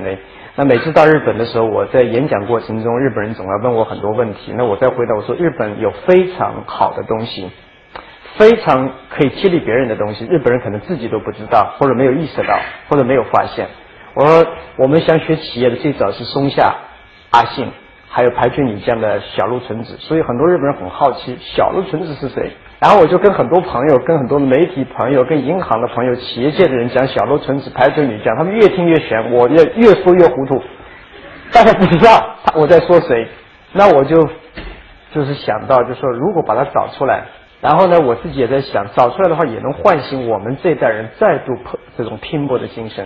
那每次到日本的时候，我在演讲过程中，日本人总要问我很多问题，那我再回答我说，日本有非常好的东西，非常可以激励别人的东西，日本人可能自己都不知道，或者没有意识到，或者没有发现。我说我们想学企业的最早是松下、阿信，还有排球女将的小鹿纯子，所以很多日本人很好奇小鹿纯子是谁。然后我就跟很多朋友、跟很多媒体朋友、跟银行的朋友、企业界的人讲小鹿纯子、排球女将，他们越听越玄，我越说越糊涂，大家不知道我在说谁。那我就是想到，就说如果把它找出来，然后呢，我自己也在想，找出来的话也能唤醒我们这代人再度这种拼搏的精神。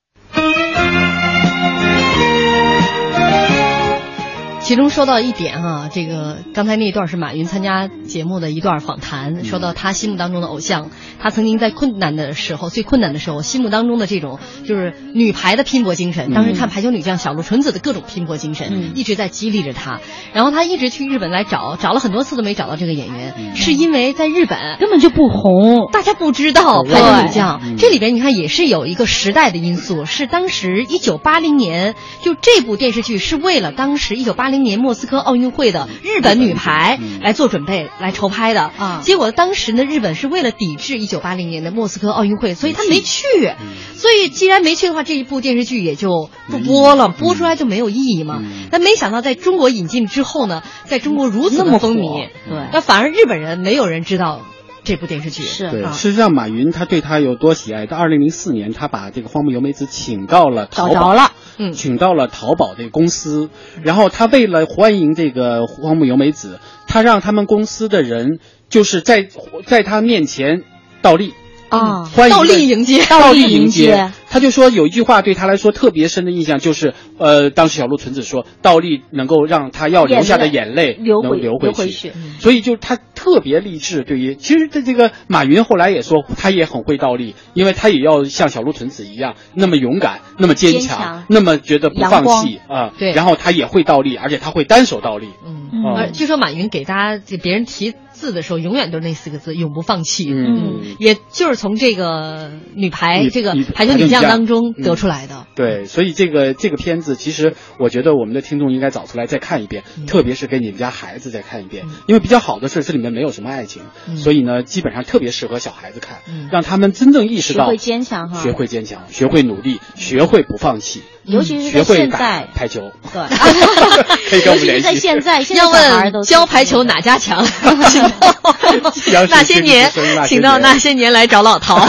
其中说到一点哈，这个刚才那一段是马云参加节目的一段访谈，说到他心目当中的偶像，他曾经在最困难的时候，心目当中的这种就是女排的拼搏精神，当时看排球女将小鹿纯子的各种拼搏精神，一直在激励着他。然后他一直去日本来找了很多次都没找到这个演员，是因为在日本根本就不红， 大家不知道排球女将。这里边你看也是有一个时代的因素，是当时1980年，就这部电视剧是为了当时1980年莫斯科奥运会的日本女排来做准备来筹拍的啊。结果当时呢，日本是为了抵制1980年的莫斯科奥运会，所以他没去。所以既然没去的话，这一部电视剧也就不播了，播出来就没有意义嘛。但没想到在中国引进之后呢，在中国如此的风靡，对，那反而日本人没有人知道这部电视剧。 是对，事实上马云他对他有多喜爱，到2004年他把这个荒木由美子请到了淘宝，找着了，请到了淘宝这个公司，然后他为了欢迎这个荒木由美子，他让他们公司的人就是在他面前倒立。 倒立迎接， 他就说有一句话对他来说特别深的印象，就是当时小鹿纯子说，倒立能够让他要流下的眼泪能流回去，所以就他特别励志。对于其实这个马云后来也说，他也很会倒立，因为他也要像小鹿纯子一样那么勇敢，那么坚强，那么觉得不放弃啊。对，然后他也会倒立，而且他会单手倒立。 据说马云给别人提字的时候，永远都是那4个字，永不放弃。也就是从这个女排这个排球女将当中得出来的。 对，所以这个片子，其实我觉得我们的听众应该找出来再看一遍，特别是给你们家孩子再看一遍，因为比较好的是这里面没有什么爱情，所以呢，基本上特别适合小孩子看，让他们真正意识到学会坚强哈， 学会坚强，学会努力，学会不放弃。 尤其是在现在排球， 对， 可以跟我们联系。 在现在要问教排球哪家强，那些年，请到那些年来找老陶。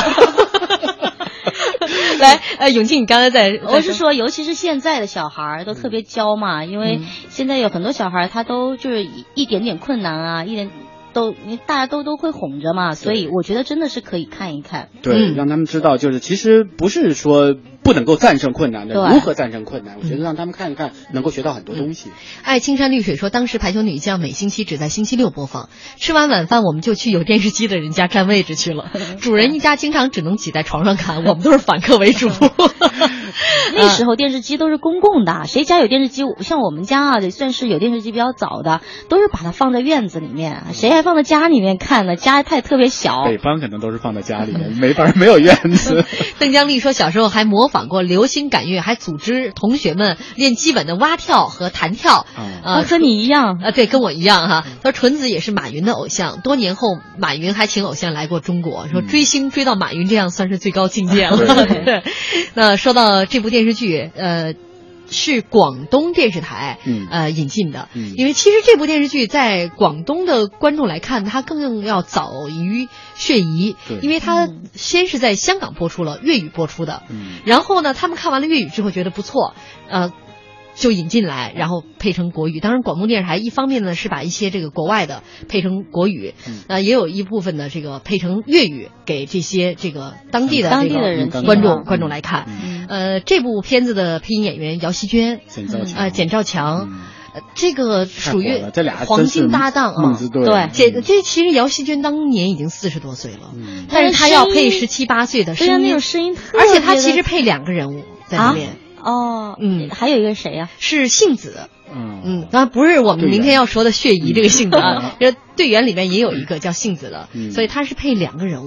来，永庆，你刚才我是说，尤其是现在的小孩都特别娇嘛，因为现在有很多小孩他都就是一点点困难啊，大家都会哄着嘛，所以我觉得真的是可以看一看。 对，让他们知道，就是其实不是说不能够战胜困难的，如何战胜困难，我觉得让他们看一看，能够学到很多东西。 爱青山绿水说，当时排球女将每星期只在星期6播放，吃完晚饭我们就去有电视机的人家占位置去了，主人一家经常只能挤在床上看，我们都是反客为主。 那时候电视机都是公共的，谁家有电视机，像我们家啊，也算是有电视机比较早的，都是把它放在院子里面，谁还放在家里面看呢？家特别小。 北方可能都是放在家里面，没有院子。 邓江丽说，小时候还模仿过流行感乐，还组织同学们练基本的蛙跳和弹跳。 和你一样啊，对，跟我一样哈。他说纯子也是马云的偶像，多年后马云还请偶像来过中国，说追星追到马云这样算是最高境界了。对。那说到这部电视剧，是广东电视台引进的，因为其实这部电视剧在广东的观众来看，它更要早于血疑，因为它先是在香港播出了粤语播出的，然后呢，他们看完了粤语之后觉得不错，就引进来，然后配成国语。当然，广东电视台一方面呢是把一些这个国外的配成国语，也有一部分的这个配成粤语给这些这个当地的人观众来看。这部片子的配音演员姚希娟、简兆强。这个属于黄金搭档啊，对，这其实姚希娟当年已经40多岁了，但是她要配17、18岁的声音， 那种声音， 而且她其实配2个人物在里面。 还有一个谁呀？ 是杏子。当然不是我们明天要说的血疑这个杏子啊，这队员里面也有一个叫杏子的，所以他是配2个人物。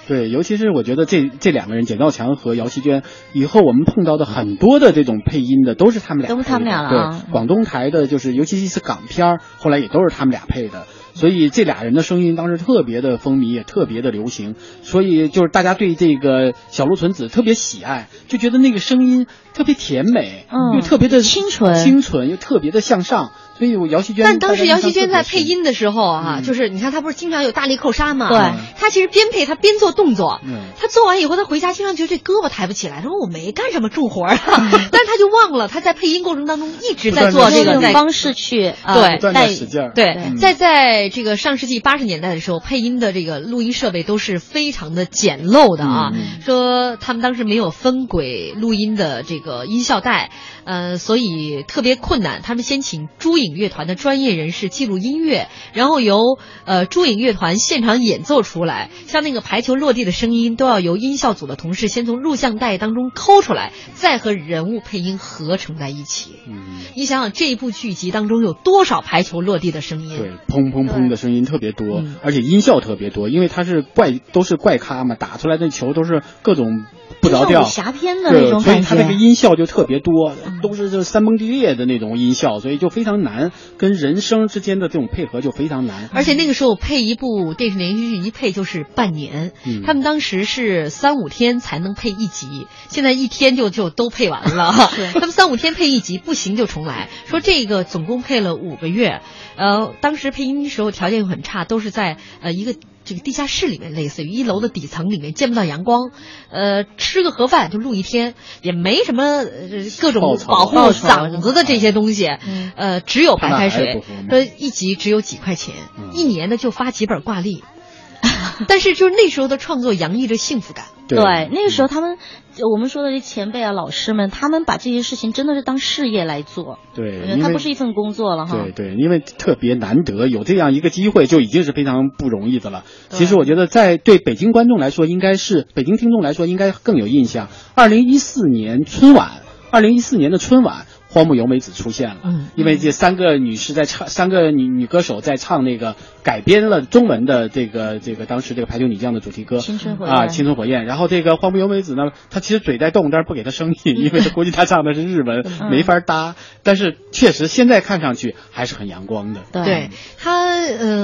对，尤其是我觉得这两个人，简兆强和姚希娟，以后我们碰到的很多的这种配音的都是他们俩配的， 都是他们俩了啊。 对，广东台的就是尤其是港片，后来也都是他们俩配的。所以这俩人的声音当时特别的风靡，也特别的流行，所以就是大家对这个小鹿纯子特别喜爱，就觉得那个声音特别甜美，又特别的清纯， 又特别的向上。所以姚希娟， 但当时姚希娟在配音的时候啊，就是你看她不是经常有大力扣杀吗？ 对， 她其实边配她边做动作，她做完以后她回家经常觉得这胳膊抬不起来，说我没干什么重活啊，但是她就忘了她在配音过程当中一直在做这个方式去对在使劲儿。 对，在这个上世纪80年代的时候，配音的这个录音设备都是非常的简陋的啊，说他们当时没有分轨录音的这个音效带，所以特别困难。他们先请珠影乐团的专业人士记录音乐，然后由珠影乐团现场演奏出来。像那个排球落地的声音，都要由音效组的同事先从录像带当中抠出来，再和人物配音合成在一起。你想想这一部剧集当中有多少排球落地的声音？ 对，砰砰砰的声音特别多，而且音效特别多，因为它是都是怪咖嘛，打出来的球都是各种不着调， 武侠片的那种感觉， 所以它那个音效就特别多，都是这山崩地裂的那种音效，所以就非常难，跟人声之间的这种配合就非常难。 而且那个时候配一部电视连续剧一配就是半年，他们当时是3-5天才能配一集，现在1天就都配完了。他们3-5天配一集，不行就重来。说这个总共配了5个月，当时配音的时候条件又很差，都是在一个这个地下室里面，类似于1楼的底层里面，见不到阳光，吃个盒饭就录1天，也没什么各种保护嗓子的这些东西，只有白开水，说1集只有几块钱，1年的就发几本挂历。但是就是那时候的创作洋溢着幸福感。 对，那个时候他们我们说的这前辈啊老师们，他们把这些事情真的是当事业来做。 对， 它不是一份工作了哈。 对，因为特别难得有这样一个机会，就已经是非常不容易的了。其实我觉得对北京观众来说，应该是北京听众来说应该更有印象。2014年的春晚。荒木由美子出现了，因为这3个女士在唱，3个女歌手在唱那个改编了中文的这个当时这个排球女将的主题歌青春火焰。然后这个荒木由美子呢，她其实嘴在动，但是不给她声音，因为她估计她唱的是日文，没法搭。但是确实现在看上去还是很阳光的。 对，她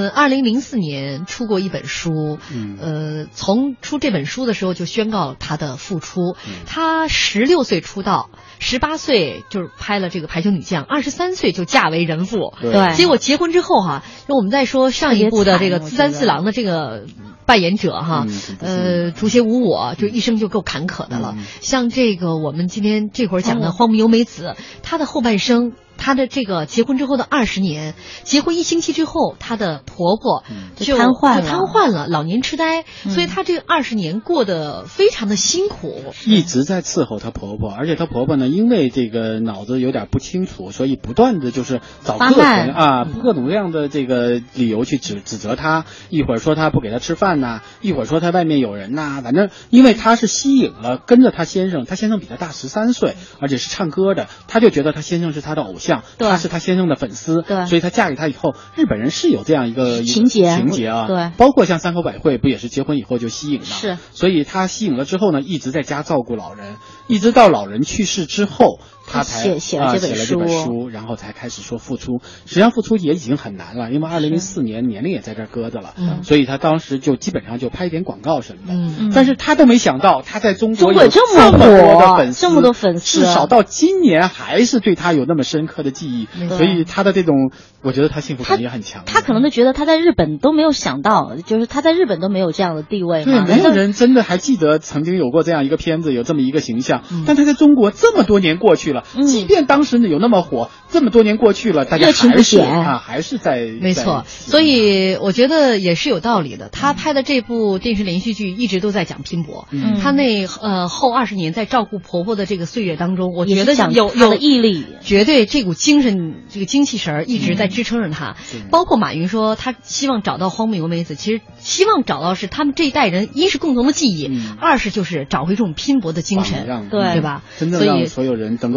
2004年出过一本书，从出这本书的时候就宣告她的复出。她16岁出道，18岁就是拍了这个排球女将，23岁就嫁为人妇。 对， 结果结婚之后哈，就我们在说上一部的这个资三四郎的这个扮演者哈，竹节无我，就一生就够坎坷的了。像这个我们今天这会儿讲的荒木由美子，她的后半生。她的这个结婚之后的20年，结婚1星期之后，她的婆婆就瘫痪了，老年痴呆，所以她这20年过得非常的辛苦， 一直在伺候她婆婆，而且她婆婆呢，因为这个脑子有点不清楚，所以不断的就是找各种各样的这个理由去指责她，一会儿说她不给她吃饭呐，一会儿说她外面有人呐，反正因为她是吸引了跟着她先生，她先生比她大13岁，而且是唱歌的，她就觉得她先生是她的偶像。她是她先生的粉丝，所以她嫁给他以后，日本人是有这样一个情节啊， 对， 包括像山口百惠不也是结婚以后就吸引嘛， 是， 所以她吸引了之后呢，一直在家照顾老人，一直到老人去世之后，她才写了这本书，然后才开始说复出。实际上复出也已经很难了，因为2004年年龄也在这搁着了，所以她当时就基本上就拍一点广告什么的，但是她都没想到，她在中国有这么多粉丝，至少到今年还是对她有那么深刻的记忆，所以她的这种，我觉得她幸福感也很强。 她可能都觉得她在日本都没有想到，就是她在日本都没有这样的地位嘛。 对，没有人真的还记得曾经有过这样一个片子，有这么一个形象。但她在中国这么多年过去了，即便当时有那么火，这么多年过去了，大家还是在没错。所以我觉得也是有道理的。她拍的这部电视连续剧一直都在讲拼搏。她那后20年在照顾婆婆的这个岁月当中，我觉得有毅力， 绝对这股精神，这个精气神一直在支撑着她。包括马云说他希望找到荒木由美子，其实希望找到是他们这一代人，一是共同的记忆，二是就是找回这种拼搏的精神，对吧？ 真的让所有人能够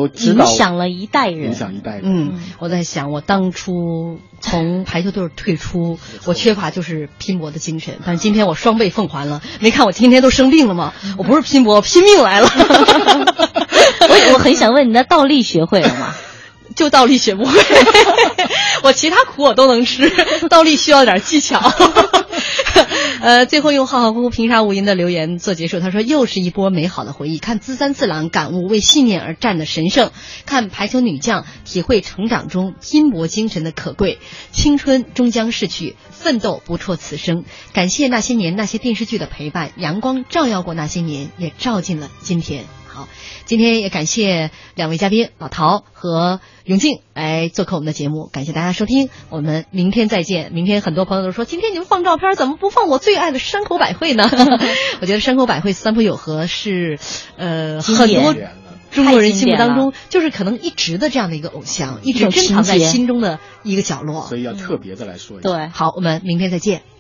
够知道影响了一代人。 我在想，我当初从排球队退出，我缺乏就是拼搏的精神，但是今天我双倍奉还了。没看我今天都生病了吗？我不是拼搏，我拼命来了。 我很想问你，的倒立学会了吗？ 就倒立学不会，我其他苦我都能吃，倒立需要点技巧。最后用浩浩乎乎平沙无垠的留言做结束，他说又是一波美好的回忆，看资三四郎感悟为信念而战的神圣，看排球女将体会成长中拼搏精神的可贵，青春终将逝去，奋斗不辍此生。感谢那些年那些电视剧的陪伴，阳光照耀过那些年，也照进了今天。好，今天也感谢两位嘉宾老陶和永静来做客我们的节目，感谢大家收听，我们明天再见。明天很多朋友都说，今天你们放照片怎么不放我最爱的山口百惠呢？我觉得山口百惠三浦友和是很多中国人心目当中就是可能一直的这样的一个偶像，一直珍藏在心中的一个角落， 所以要特别的来说一下。 对， 好，我们明天再见。